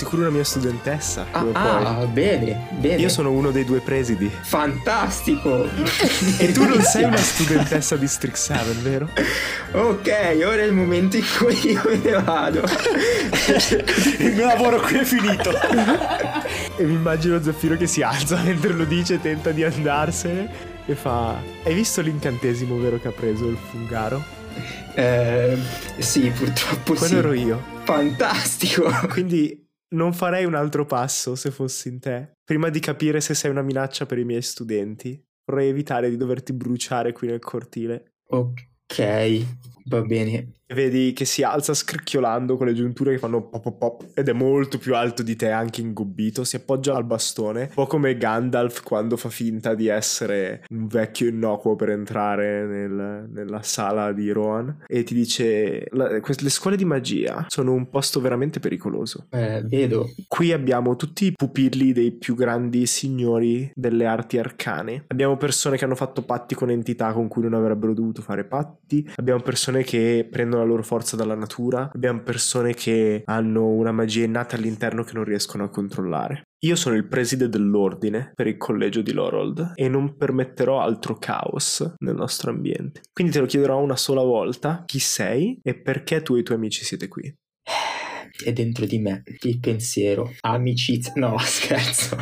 sicuro una mia studentessa. Bene. Io sono uno dei 2 presidi. Fantastico. E tu non sei una studentessa di Strixhaven, vero? Ok, ora è il momento in cui io me ne vado. Il mio lavoro qui è finito. E mi immagino Zaffiro che si alza mentre lo dice, tenta di andarsene e fa: hai visto l'incantesimo vero che ha preso il fungaro? Sì, purtroppo Quello sì. ero io. Fantastico. Quindi non farei un altro passo se fossi in te. Prima di capire se sei una minaccia per i miei studenti, vorrei evitare di doverti bruciare qui nel cortile. Ok, va bene. Vedi che si alza scricchiolando con le giunture che fanno pop pop pop ed è molto più alto di te, anche ingobbito. Si appoggia al bastone, un po' come Gandalf quando fa finta di essere un vecchio innocuo per entrare nella sala di Rohan, e ti dice: le scuole di magia sono un posto veramente pericoloso. Vedo. Qui abbiamo tutti i pupilli dei più grandi signori delle arti arcane. Abbiamo persone che hanno fatto patti con entità con cui non avrebbero dovuto fare patti. Abbiamo persone che prendono la loro forza dalla natura. Abbiamo persone che hanno una magia innata all'interno che non riescono a controllare. Io sono il preside dell'ordine per il collegio di Lorold e non permetterò altro caos nel nostro ambiente. Quindi te lo chiederò una sola volta: chi sei e perché tu e i tuoi amici siete qui? È dentro di me il pensiero. Amicizia. No, scherzo.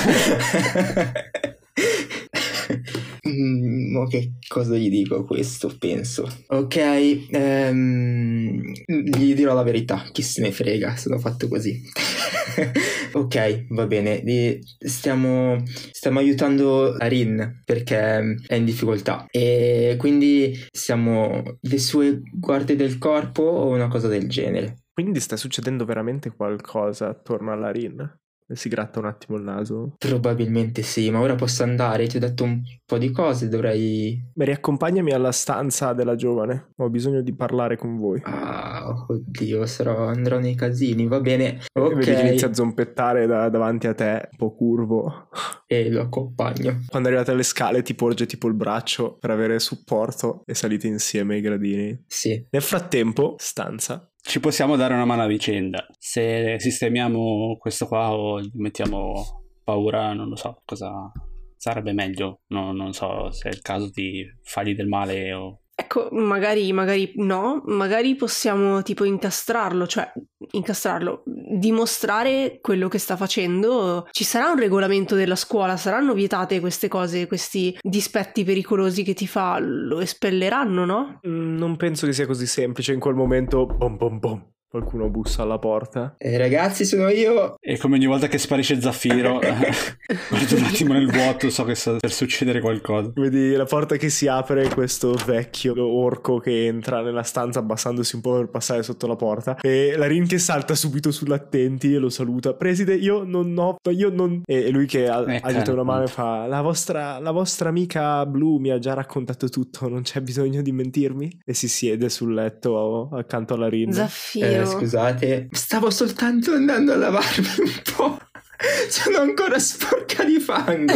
Che cosa gli dico a questo? Penso. Ok, gli dirò la verità. Chi se ne frega, sono fatto così. Ok, va bene. Stiamo aiutando Arin perché è in difficoltà e quindi siamo le sue guardie del corpo o una cosa del genere. Quindi sta succedendo veramente qualcosa attorno alla Rin? Si gratta un attimo il naso. Probabilmente sì, ma ora posso andare? Ti ho detto un po' di cose, dovrei... Beh, riaccompagnami alla stanza della giovane. Ho bisogno di parlare con voi. Oddio, andrò nei casini, va bene. Ok. Vedi che inizia a zompettare davanti a te, un po' curvo. E lo accompagno. Quando arrivate alle scale ti porge tipo il braccio per avere supporto e salite insieme i gradini. Sì. Nel frattempo, stanza. Ci possiamo dare una mano a vicenda. Se sistemiamo questo qua o gli mettiamo paura, non lo so, cosa sarebbe meglio. No, non so se è il caso di fargli del male o... Ecco, magari no, magari possiamo tipo incastrarlo, dimostrare quello che sta facendo. Ci sarà un regolamento della scuola, saranno vietate queste cose, questi dispetti pericolosi che ti fa, lo espelleranno, no? Non penso che sia così semplice. In quel momento, bom bom bom, qualcuno bussa alla porta. Ragazzi, sono io. E come ogni volta che sparisce Zaffiro, guardo un attimo nel vuoto, so che sta per succedere qualcosa. Vedi la porta che si apre, questo vecchio orco che entra nella stanza abbassandosi un po' per passare sotto la porta, e la Rin che salta subito sull'attenti e lo saluta: preside, io non e lui che agita una mano e fa: la vostra amica Blu mi ha già raccontato tutto, non c'è bisogno di mentirmi. E si siede sul letto accanto alla Rin. Zaffiro, scusate, stavo soltanto andando a lavarmi un po'. Sono ancora sporca di fango.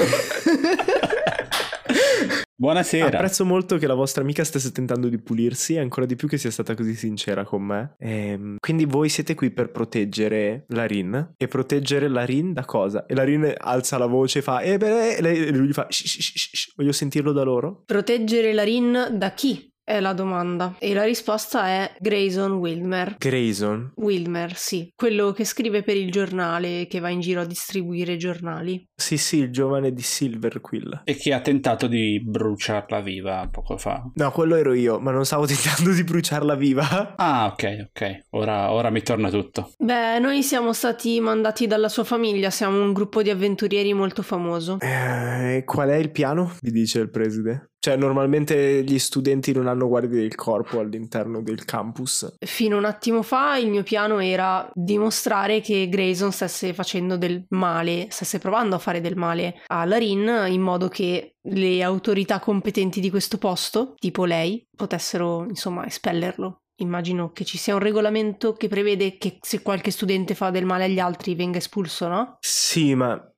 Buonasera. Apprezzo molto che la vostra amica stesse tentando di pulirsi, e ancora di più che sia stata così sincera con me. Quindi voi siete qui per proteggere la Rin. E proteggere la Rin da cosa? E la Rin alza la voce e fa: e lui gli fa: shh, voglio sentirlo da loro. Proteggere la Rin da chi? È la domanda. E la risposta è Grayson Wildmer. Grayson? Wildmer, sì. Quello che scrive per il giornale, che va in giro a distribuire giornali. Sì, il giovane di Silverquill. E che ha tentato di bruciarla viva poco fa. No, quello ero io, ma non stavo tentando di bruciarla viva. Ah, ok. Ora mi torna tutto. Beh, noi siamo stati mandati dalla sua famiglia, siamo un gruppo di avventurieri molto famoso. Qual è il piano? Vi dice il preside. Cioè, normalmente gli studenti non hanno guardie del corpo all'interno del campus. Fino a un attimo fa il mio piano era dimostrare che Grayson stesse facendo del male, stesse provando a fare del male alla Rin, in modo che le autorità competenti di questo posto, tipo lei, potessero insomma espellerlo. Immagino che ci sia un regolamento che prevede che se qualche studente fa del male agli altri venga espulso, no? Sì, ma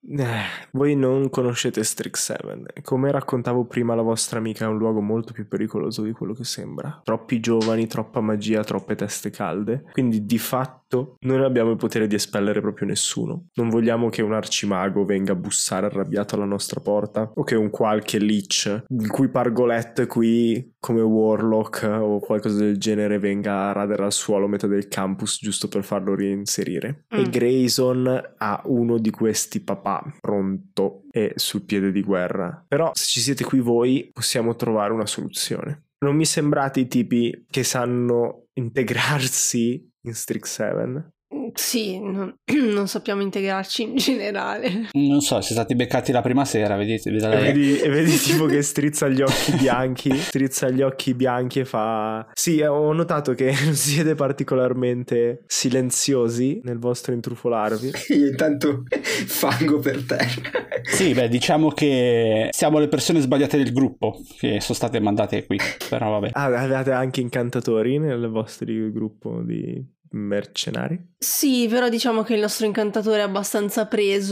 Voi non conoscete Strixhaven. Come raccontavo prima, la vostra amica è un luogo molto più pericoloso di quello che sembra. Troppi giovani, troppa magia, troppe teste calde. Quindi di fatto noi non abbiamo il potere di espellere proprio nessuno. Non vogliamo che un arcimago venga a bussare arrabbiato alla nostra porta, o che un qualche lich, il cui pargolette qui come Warlock o qualcosa del genere, venga a radere al suolo metà del campus giusto per farlo reinserire. E Grayson ha uno di questi papà pronto e sul piede di guerra. Però se ci siete qui voi possiamo trovare una soluzione. Non mi sembrate i tipi che sanno integrarsi in Strixhaven? Sì, non sappiamo integrarci in generale. Non so, siete stati beccati la prima sera, vedete? E vedi tipo che strizza gli occhi bianchi e fa... Sì, ho notato che non siete particolarmente silenziosi nel vostro intrufolarvi. Io intanto fango per terra. Sì, beh, diciamo che siamo le persone sbagliate del gruppo che sono state mandate qui, però vabbè. Avete anche incantatori nel vostro gruppo di mercenari? Sì, però diciamo che il nostro incantatore è abbastanza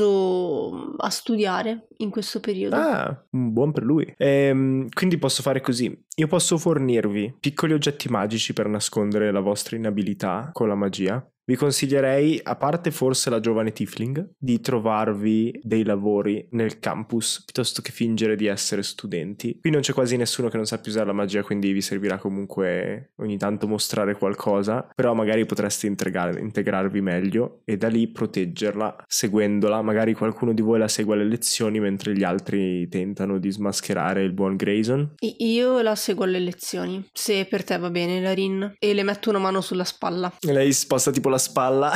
preso a studiare in questo periodo. Buon per lui. Quindi posso fare così: io posso fornirvi piccoli oggetti magici per nascondere la vostra inabilità con la magia. Vi consiglierei, a parte forse la giovane Tiefling, di trovarvi dei lavori nel campus piuttosto che fingere di essere studenti. Qui non c'è quasi nessuno che non sappia usare la magia, quindi vi servirà comunque ogni tanto mostrare qualcosa, però magari potreste integrarvi meglio e da lì proteggerla seguendola. Magari qualcuno di voi la segue alle lezioni mentre gli altri tentano di smascherare il buon Grayson. Io la seguo alle lezioni, se per te va bene, Larin, e le metto una mano sulla spalla. Lei sposta tipo la spalla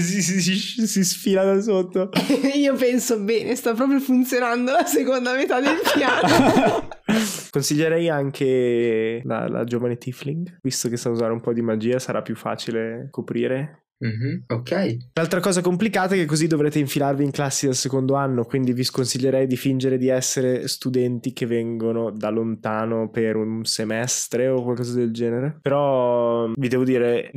si sfila da sotto. Io penso bene, sta proprio funzionando la seconda metà del piano. Consiglierei anche la giovane Tiefling, visto che sa usare un po' di magia, sarà più facile coprire. Ok. L'altra cosa complicata è che così dovrete infilarvi in classi del secondo anno, quindi vi sconsiglierei di fingere di essere studenti che vengono da lontano per un semestre o qualcosa del genere. Però vi devo dire,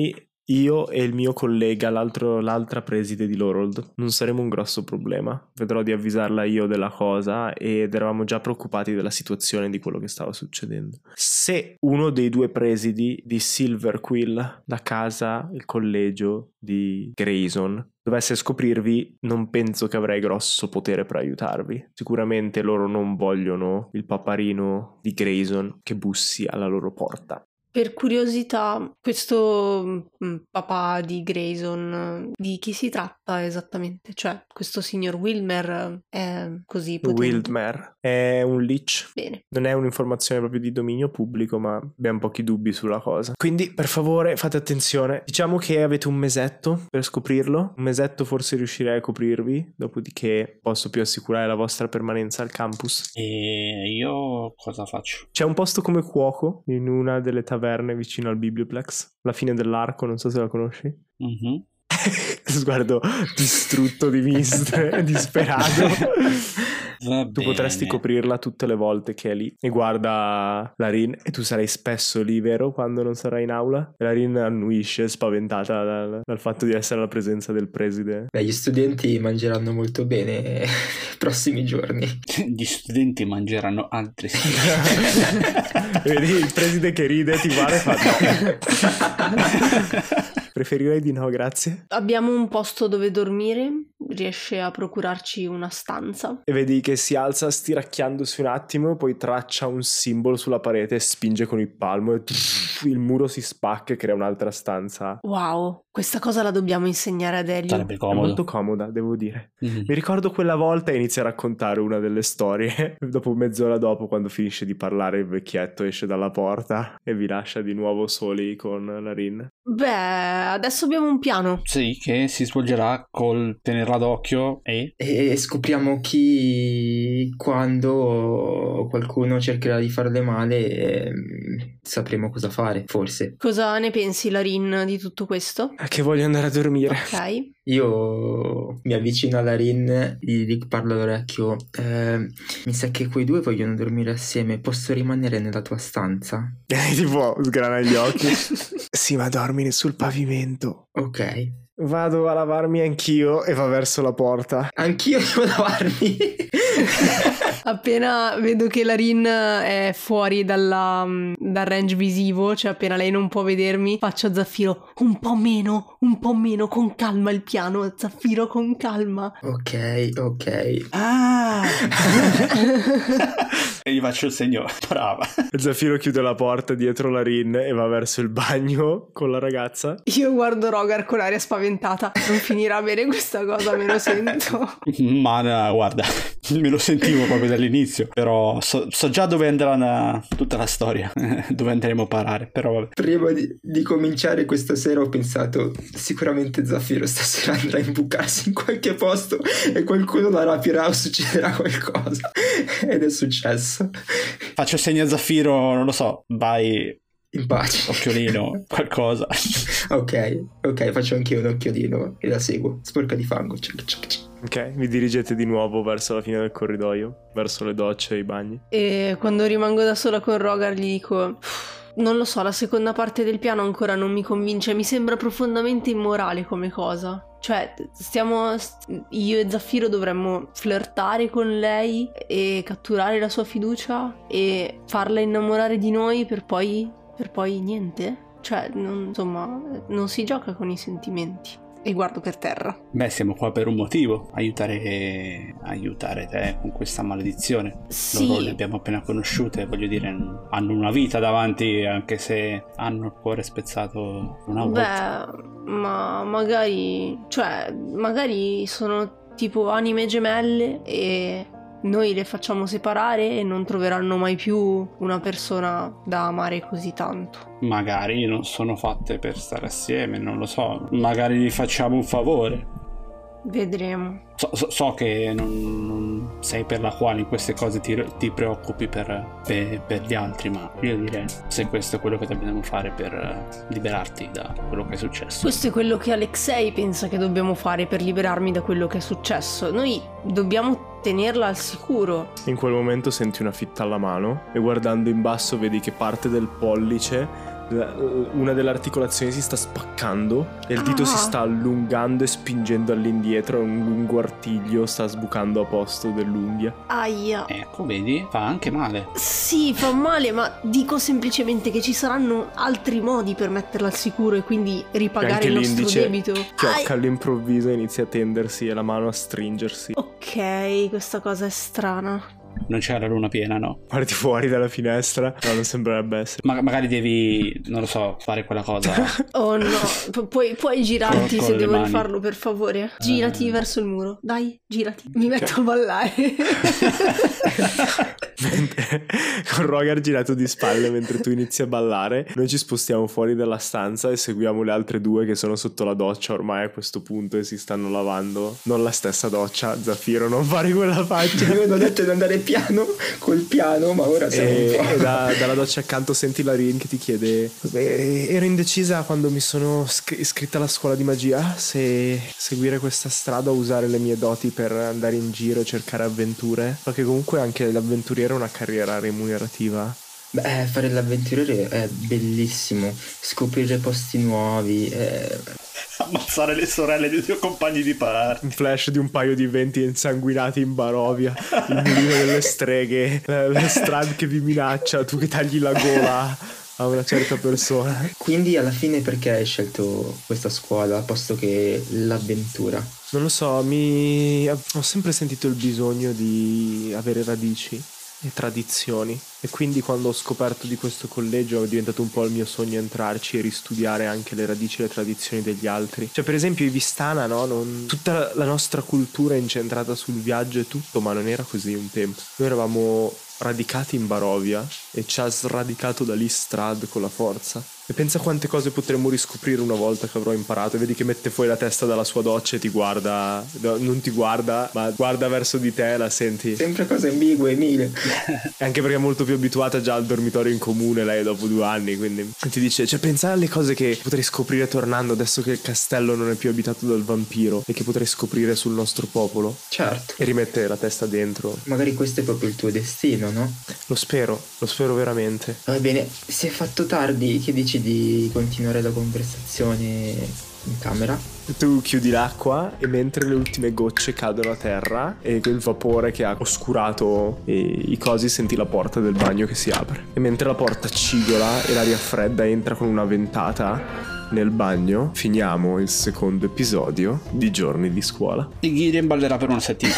io e il mio collega, l'altra preside di Lorold, non saremo un grosso problema. Vedrò di avvisarla io della cosa, ed eravamo già preoccupati della situazione, di quello che stava succedendo. Se uno dei due presidi di Silverquill, la casa, il collegio di Grayson, dovesse scoprirvi, non penso che avrei grosso potere per aiutarvi. Sicuramente loro non vogliono il paparino di Grayson che bussi alla loro porta. Per curiosità, questo papà di Grayson, di chi si tratta esattamente? Cioè, questo signor Wilmer è così potente? Wilmer è un lich. Bene. Non è un'informazione proprio di dominio pubblico, ma abbiamo pochi dubbi sulla cosa. Quindi, per favore, fate attenzione. Diciamo che avete un mesetto per scoprirlo. Un mesetto forse riuscirei a coprirvi, dopodiché posso più assicurare la vostra permanenza al campus. E io cosa faccio? C'è un posto come cuoco in una delle taverne vicino al Biblioplex, alla fine dell'arco, non so se la conosci. Sguardo distrutto di Mistre, disperato. Tu potresti coprirla tutte le volte che è lì. E guarda Larin, e tu sarai spesso lì, vero? Quando non sarai in aula? E Larin annuisce, spaventata dal fatto di essere alla presenza del preside. Beh, gli studenti mangeranno molto bene nei prossimi giorni. Gli studenti mangeranno altri. Vedi il preside che ride, ti guarda e fa... Preferirei di no, grazie. Abbiamo un posto dove dormire? Riesce a procurarci una stanza? E vedi che si alza stiracchiandosi un attimo, poi traccia un simbolo sulla parete e spinge con il palmo e il muro si spacca e crea un'altra stanza. Wow, questa cosa la dobbiamo insegnare ad Elio. Sarebbe comodo. È molto comoda, devo dire. Mi ricordo quella volta e inizia a raccontare una delle storie. Dopo mezz'ora dopo, quando finisce di parlare, il vecchietto esce dalla porta e vi lascia di nuovo soli con Larin. Beh, adesso abbiamo un piano. Sì, che si svolgerà col tenerla d'occhio e scopriamo quando qualcuno cercherà di farle male, sapremo cosa fare, forse. Cosa ne pensi, Larin, di tutto questo? Che voglio andare a dormire. Ok. Io mi avvicino alla Rin, gli parlo all'orecchio. Mi sa che quei due vogliono dormire assieme. Posso rimanere nella tua stanza? Tipo sgrana gli occhi. Sì, ma dormi sul pavimento. Ok. Vado a lavarmi anch'io e va verso la porta. Anch'io devo lavarmi. Appena vedo che la Rin è fuori dal range visivo, cioè appena lei non può vedermi, faccio a Zaffiro un po' meno, con calma il piano, Zaffiro, con calma. Ok. Ah! E gli faccio il segno, brava. E Zaffiro chiude la porta dietro la Rin e va verso il bagno con la ragazza. Io guardo Rogar con aria spaventata. Non finirà bene questa cosa, me lo sento. Ma guarda, me lo sentivo proprio dall'inizio, però so già dove andrà tutta la storia, dove andremo a parare, però vabbè. Prima di cominciare questa sera ho pensato sicuramente Zaffiro stasera andrà a imbucarsi in qualche posto e qualcuno la rapirà o succederà qualcosa. Ed è successo. Faccio segno a Zaffiro, non lo so, vai in pace. Occhiolino, qualcosa. Ok, faccio anch'io un occhiolino e la seguo. Sporca di fango. Ok, vi dirigete di nuovo verso la fine del corridoio, verso le docce e i bagni. E quando rimango da sola con Rogar gli dico: non lo so, la seconda parte del piano ancora non mi convince, mi sembra profondamente immorale come cosa. Cioè, io e Zaffiro dovremmo flirtare con lei e catturare la sua fiducia e farla innamorare di noi per poi niente? Cioè, insomma, non si gioca con i sentimenti. E guardo per terra. Beh, siamo qua per un motivo, aiutare te con questa maledizione. Sì. Loro le abbiamo appena conosciute, voglio dire, hanno una vita davanti, anche se hanno il cuore spezzato una volta. Beh, ma magari sono tipo anime gemelle e noi le facciamo separare e non troveranno mai più una persona da amare così tanto. Magari non sono fatte per stare assieme, non lo so. Magari gli facciamo un favore. Vedremo. So che non sei per la quale in queste cose ti preoccupi per gli altri, ma io direi, se questo è quello che dobbiamo fare per liberarti da quello che è successo. Questo è quello che Alexei pensa che dobbiamo fare per liberarmi da quello che è successo. Noi dobbiamo tenerla al sicuro. In quel momento senti una fitta alla mano e guardando in basso vedi che parte del pollice, una delle articolazioni si sta spaccando e il dito si sta allungando e spingendo all'indietro e un lungo artiglio sta sbucando a posto dell'unghia. Aia. Ecco, vedi? Fa anche male. Sì, fa male, ma dico semplicemente che ci saranno altri modi per metterla al sicuro e quindi ripagare il nostro debito. Fiocca all'improvviso e inizia a tendersi e la mano a stringersi. Ok, questa cosa è strana. Non c'è la luna piena, no? Guardi fuori dalla finestra. No, non sembrerebbe essere. Magari devi, non lo so, fare quella cosa. Oh no, puoi girarti se devo rifarlo, per favore. Girati verso il muro. Dai, girati. Mi metto a ballare. Con Rogar girato di spalle mentre tu inizi a ballare, noi ci spostiamo fuori dalla stanza e seguiamo le altre due che sono sotto la doccia ormai a questo punto e si stanno lavando. Non la stessa doccia, Zaffiro, non fare quella faccia. Io non ho detto di andare piano col piano, ma ora siamo un po'. E dalla doccia accanto senti la Rin che ti chiede: ero indecisa quando mi sono iscritta alla scuola di magia se seguire questa strada o usare le mie doti per andare in giro e cercare avventure, perché comunque anche l'avventuriero è una carriera remunerativa. Beh, fare l'avventuriere è bellissimo, scoprire posti nuovi, ammazzare le sorelle dei tuoi compagni di party. Un flash di un paio di venti insanguinati in Barovia, il mulino delle streghe, la Strad che vi minaccia, tu che tagli la gola a una certa persona. Quindi alla fine perché hai scelto questa scuola posto che l'avventura? Non lo so, ho sempre sentito il bisogno di avere radici e tradizioni e quindi quando ho scoperto di questo collegio è diventato un po' il mio sogno entrarci e ristudiare anche le radici e le tradizioni degli altri. Cioè per esempio i Vistana, no? Tutta la nostra cultura è incentrata sul viaggio e tutto, ma non era così un tempo. Noi eravamo radicati in Barovia e ci ha sradicato da lì Strad con la forza. E pensa quante cose potremmo riscoprire una volta che avrò imparato. Vedi che mette fuori la testa dalla sua doccia e ti guarda, non ti guarda, ma guarda verso di te, la senti. Sempre cose ambigue, mille. Anche perché è molto più abituata già al dormitorio in comune lei dopo 2 anni, quindi ti dice, cioè pensa alle cose che potrei scoprire tornando adesso che il castello non è più abitato dal vampiro e che potrei scoprire sul nostro popolo. Certo. E rimette la testa dentro. Magari questo è proprio il tuo destino, no? Lo spero veramente. Va bene, si è fatto tardi, che dici di continuare la conversazione in camera? Tu chiudi l'acqua e mentre le ultime gocce cadono a terra e quel vapore che ha oscurato i cosi, senti la porta del bagno che si apre. E mentre la porta cigola e l'aria fredda entra con una ventata nel bagno, finiamo il secondo episodio di Giorni di Scuola. E Gideon ballerà per una settimana.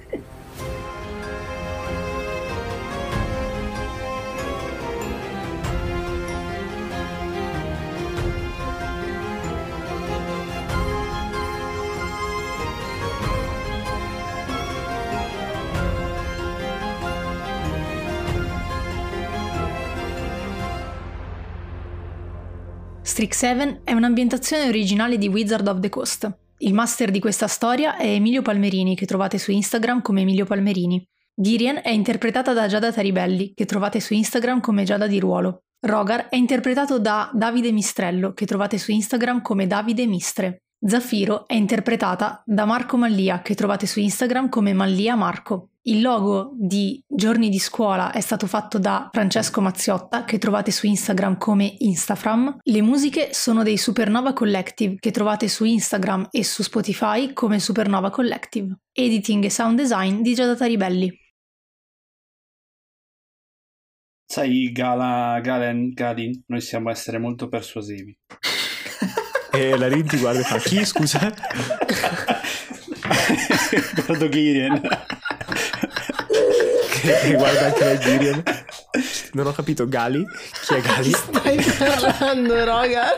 Strixhaven è un'ambientazione originale di Wizard of the Coast. Il master di questa storia è Emilio Palmerini, che trovate su Instagram come Emilio Palmerini. Girien è interpretata da Giada Taribelli, che trovate su Instagram come Giada Di Ruolo. Rogar è interpretato da Davide Mistrello, che trovate su Instagram come Davide Mistre. Zafiro è interpretata da Marco Mallia, che trovate su Instagram come Mallia Marco. Il logo di Giorni di Scuola è stato fatto da Francesco Mazziotta, che trovate su Instagram come Instafram. Le musiche sono dei Supernova Collective, che trovate su Instagram e su Spotify come Supernova Collective. Editing e sound design di Giada Taribelli. Sai, Galen, noi siamo essere molto persuasivi. E la Rin ti guarda e fa: chi, scusa? Guardo Gideon. Che guarda anche la Gideon. Non ho capito, Gali? Chi è Gali? Stai parlando, Rogar?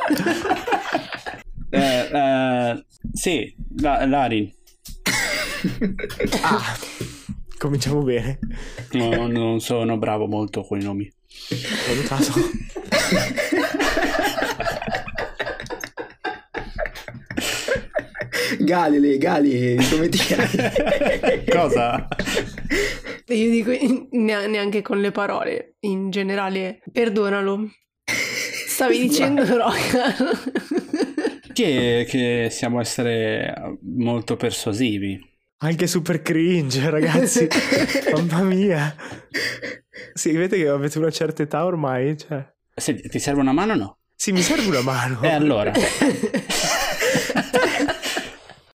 Sì, Larin. Ah, cominciamo bene. No, non sono bravo molto con i nomi. Ho notato. Gali, come ti chiami? Cosa? Io dico neanche con le parole, in generale, perdonalo. Stavi dicendo, Rogar? Che siamo essere molto persuasivi. Anche super cringe, ragazzi. Mamma mia. Sì, vedete che avete una certa età ormai, cioè. Senti, ti serve una mano o no? Sì, mi serve una mano. Allora.